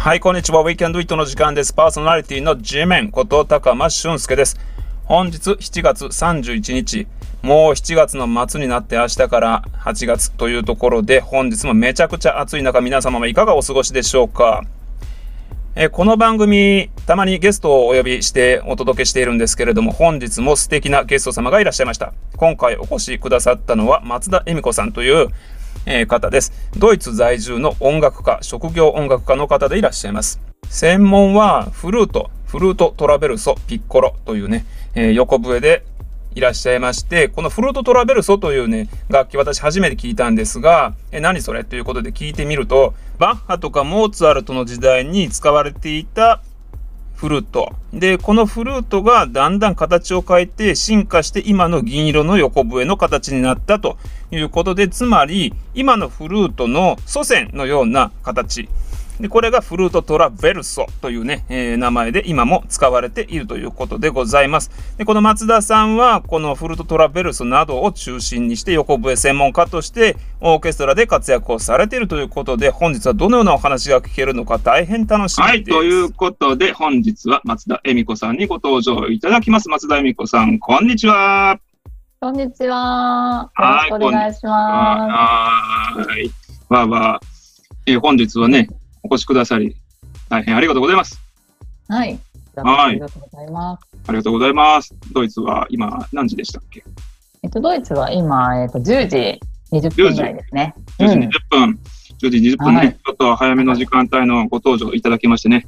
はい、こんにちは。We can do it の時間です。パーソナリティの G メンこと高間俊介です。本日7月31日、もう7月の末になって明日から8月というところで、本日もめちゃくちゃ暑い中、皆様はいかがお過ごしでしょうか。この番組、たまにゲストをお呼びしてお届けしているんですけれども、本日も素敵なゲスト様がいらっしゃいました。今回お越しくださったのは松田恵美子さんという方です。ドイツ在住の音楽家、職業音楽家の方でいらっしゃいます。専門はフルートトラベルソ、ピッコロというね、横笛でいらっしゃいまして、このフルートトラベルソというね、楽器私初めて聞いたんですが、何それということで聞いてみると、バッハとかモーツァルトの時代に使われていたフルートで、このフルートがだんだん形を変えて進化して今の銀色の横笛の形になったということで、つまり今のフルートの祖先のような形で、これがフルートトラベルソというね、名前で今も使われているということでございます。で、この松田さんはこのフルートトラベルソなどを中心にして横笛専門家としてオーケストラで活躍をされているということで、本日はどのようなお話が聞けるのか大変楽しみです。はい、ということで本日は松田恵美子さんにご登場いただきます。松田恵美子さん、こんにちは。 こんにちは。よろしくお願いします。 はい。本日はね、お越しくださり、大変ありがとうございます。 はい。ありがとうございます。 ありがとうございます。ドイツは今何時でしたっけ？ ドイツは今、10時20分ぐらいですね。 10時20分。10時20分ね、はい、ちょっと早めの時間帯のご登場いただきましてね。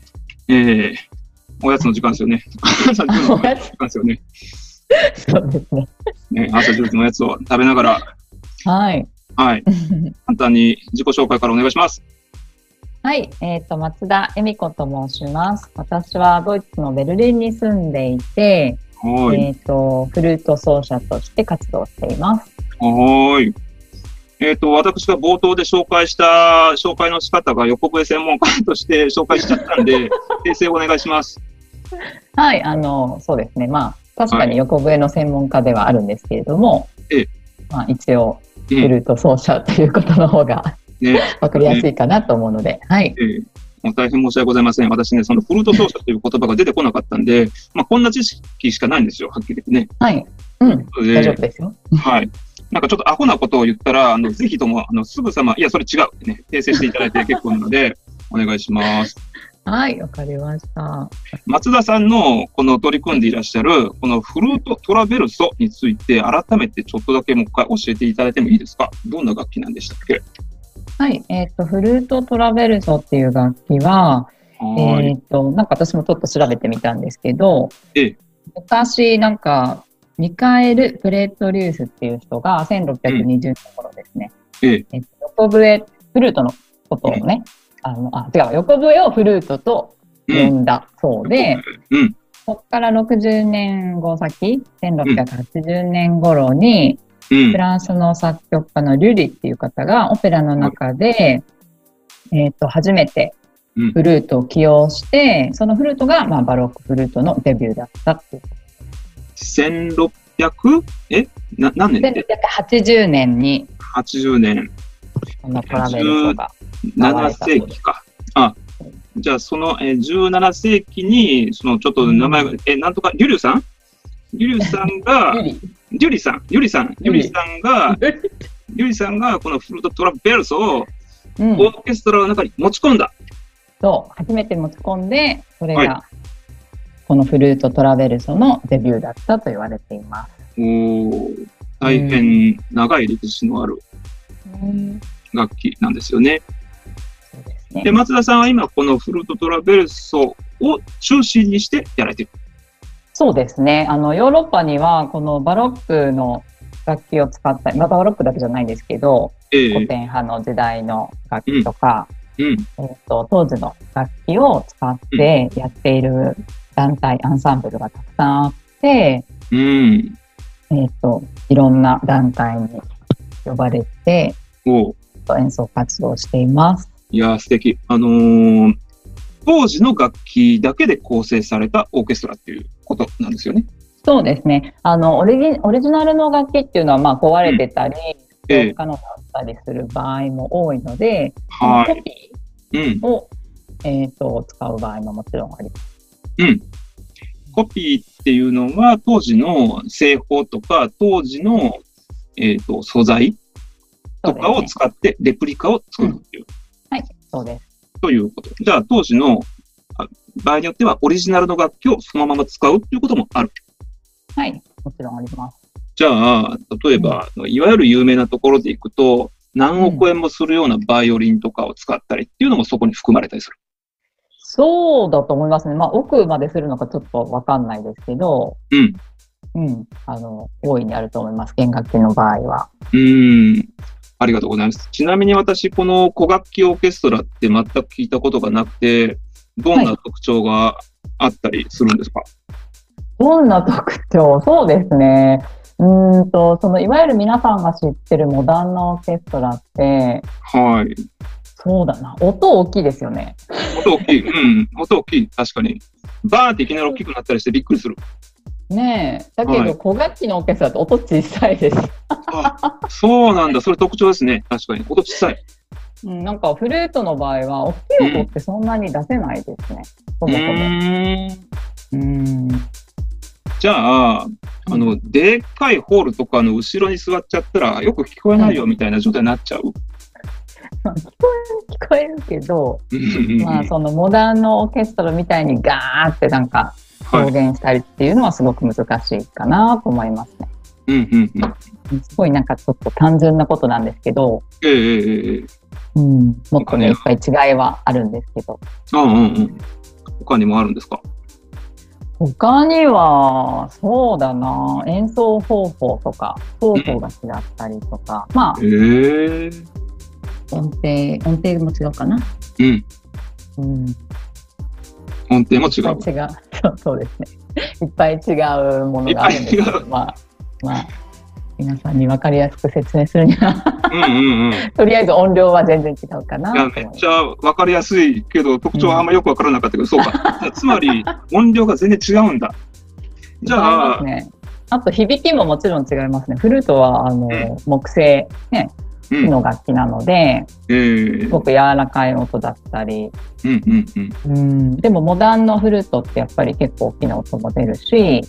おやつの時間ですよね。朝10時の時間ですよね。 そうですね。 朝10時のおやつを食べながら。 はい。 はい。簡単に自己紹介からお願いします。 はい。松田恵美子と申します。私はドイツのベルリンに住んでいて、フルート奏者として活動しています。 はい。私が冒頭で紹介した紹介の仕方が横笛専門家として紹介しちゃったんで、訂正お願いします。 はい。そうですね。まあ、確かに横笛の専門家ではあるんですけれども、まあ、一応、フルート奏者ということの方が、わかりやすいかなと思うので、はい。 大変申し訳ございません。私ね、そのフルート奏者という言葉が出てこなかったんで、まあ、こんな知識しかないんですよ、はっきり言ってね。 はい。大丈夫ですよ。 はい。なんかちょっとアホなことを言ったら、ぜひとも、すぐさま、いや、それ違うってね、訂正していただいて結構なので、お願いします。 はい、わかりました。 松田さんのこの取り組んでいらっしゃる、このフルートトラベルソについて、改めてちょっとだけもう一回教えていただいてもいいですか？どんな楽器なんでしたっけ？ はい、フルートトラベルソっていう楽器は、なんか私もちょっと調べてみたんですけど、昔なんか、ミカエル・プレートリウスっていう人が1620年頃ですね、横笛、フルートのことをね、横笛をフルートと呼んだそうで、そこから60年後先、1680年頃に、フランスの作曲家のリュリっていう方がオペラの中で、初めてフルートを起用して、そのフルートが、まあ、バロックフルートのデビューだったっていう。 1600？何年で ?1680 年に。 80年。 このトラベルソが。 17世紀か。じゃあその、17世紀に、そのちょっと名前が、なんとか、リュリさんが、リュリさんがこのフルートトラベルソをオーケストラの中に持ち込んだ。 そう、初めて持ち込んで、それがこのフルートトラベルソのデビューだったと言われています。 大変長い歴史のある楽器なんですよね。 そうですね。 で、松田さんは今このフルートトラベルソを中心にしてやられている。 そうですね。ヨーロッパにはこのバロックの楽器を使ったり、バロックだけじゃないんですけど、古典派の時代の楽器とか、当時の楽器を使ってやっている団体、アンサンブルがたくさんあって、いろんな団体に呼ばれて、演奏活動をしています。 いやー、素敵。当時の楽器だけで構成されたオーケストラっていうことなんですよね。 そうですね。オリジナルの楽器っていうのは、まあ、壊れてたり、不可能だったりする場合も多いので、コピーを使う場合ももちろんあります。 うん。コピーっていうのは、当時の製法とか、当時の、素材とかを使って、レプリカを作るっていう。 はい、そうです。 ということ。じゃあ、当時の場合によっては、オリジナルの楽器をそのまま使うっていうこともある。 はい、もちろんあります。 じゃあ、例えば、いわゆる有名なところでいくと、何億円もするようなバイオリンとかを使ったりっていうのもそこに含まれたりする。 そうだと思いますね。まあ、奥までするのかちょっとわかんないですけど、大いにあると思います。弦楽器の場合は。 ありがとうございます。ちなみに私、この古楽器オーケストラって全く聞いたことがなくて、どんな特徴があったりするんですか？ どんな特徴？そうですね。いわゆる皆さんが知ってるモダンなオーケストラって、 はい。 そうだな。音大きいですよね。 音大きい。音大きい。確かに。バーっていきなり大きくなったりしてびっくりする。 ねえ。だけど、古楽器のオーケストラって音小さいです。 そうなんだ。それ特徴ですね。確かに。音小さい。 なんかフルートの場合は、大きい音ってそんなに出せないですね。そもそも。 じゃあ、でっかいホールとかの後ろに座っちゃったら、よく聞こえないよみたいな状態になっちゃう。 聞こえるけど、まあそのモダンのオーケストラみたいにガーってなんか表現したりっていうのはすごく難しいかなと思いますね。すごいなんかちょっと単純なことなんですけど、もっとねいっぱい違いはあるんですけど。 他にもあるんですか？ 他にはそうだな、演奏方法とか奏法が違ったりとか、まあ。音程も違うかな。 音程も違う。 そうですね。いっぱい違うものがあるんですけど、まあ皆さんに分かりやすく説明するにはとりあえず音量は全然違うかな。 めっちゃ分かりやすいけど特徴はあんまよく分からなかったけど、そうか。つまり音量が全然違うんだ。じゃあ、 あと響きももちろん違いますね。フルートは木製ね。木の楽器なので、すごく柔らかい音だったり、でもモダンのフルートってやっぱり結構大きな音も出るし、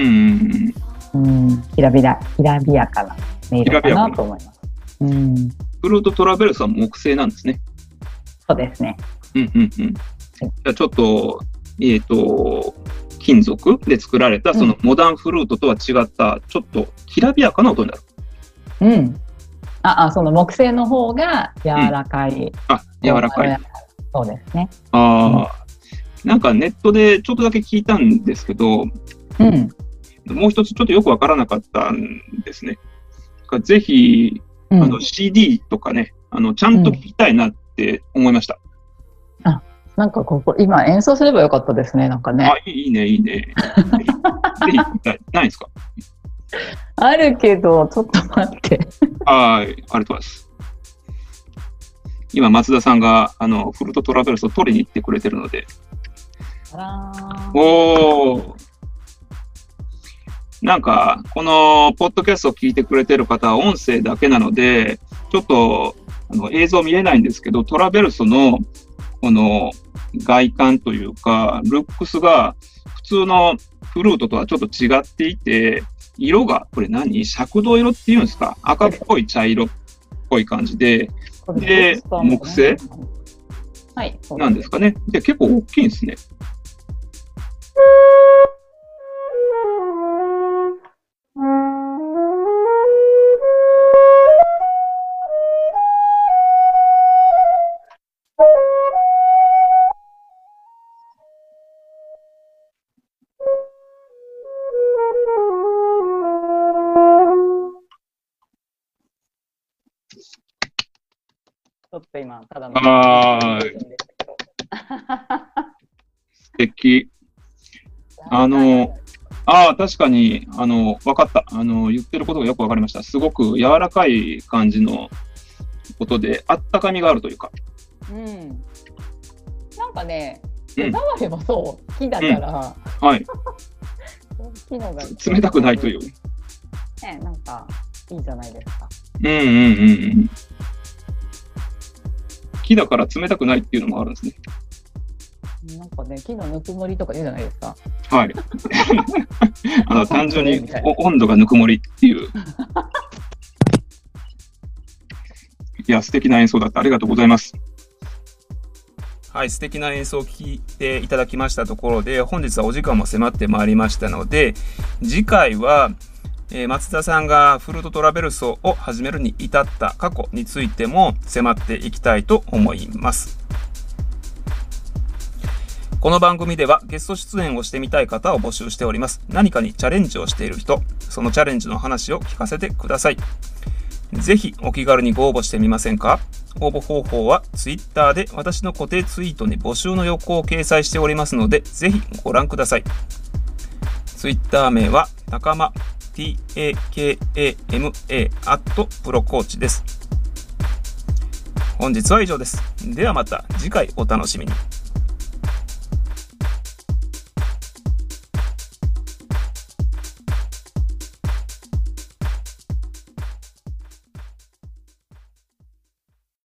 きらびやかな音色かなと思います。 フルートトラベルスは木製なんですね。 そうですね。 じゃあちょっと、金属で作られたそのモダンフルートとは違ったちょっときらびやかな音になる。 その木製の方が柔らかい。 柔らかい。 そうですね。 なんかネットでちょっとだけ聞いたんですけど、もう一つちょっとよくわからなかったんですね。ぜひ、CD とかね、ちゃんと聞きたいなって思いました。 なんか今演奏すればよかったですね、なんかね。 いいね。ぜひ聞きたい。ないですか？ あるけど、ちょっと待って。 ありがとうございます。今、松田さんがフルートトラベルスを取りに行ってくれてるので。なんか、このポッドキャストを聞いてくれてる方は音声だけなので、ちょっと映像見えないんですけど、トラベルスのこの外観というか、ルックスが普通のフルートとはちょっと違っていて、色が、これ赤銅色っていうんですか？赤っぽい茶色っぽい感じで、木製なんですかね。で、結構大きいんですね。 ちょっと今、ただの。 素敵。確かに、分かった。言ってることがよく分かりました。すごく柔らかい感じのことで、あったかみがあるというか。 なんかね、手触りもそう、木だから。 冷たくないという。 なんか、いいじゃないですか。 木だから冷たくないっていうのもあるんですね。 なんかね、木のぬくもりとか言うじゃないですか。 はい。単純に温度がぬくもりっていう。いや、素敵な演奏だった。ありがとうございます。はい、素敵な演奏を聴いていただきましたところで、本日はお時間も迫ってまいりましたので、次回は、松田さんがフルートトラベルソを始めるに至った過去についても迫っていきたいと思います。この番組ではゲスト出演をしてみたい方を募集しております。何かにチャレンジをしている人、そのチャレンジの話を聞かせてください。ぜひお気軽にご応募してみませんか？応募方法は Twitter で私の固定ツイートに募集の予告を掲載しておりますので、ぜひご覧ください。Twitter 名は高間 takama@procoach です。本日は以上です。ではまた次回お楽しみに。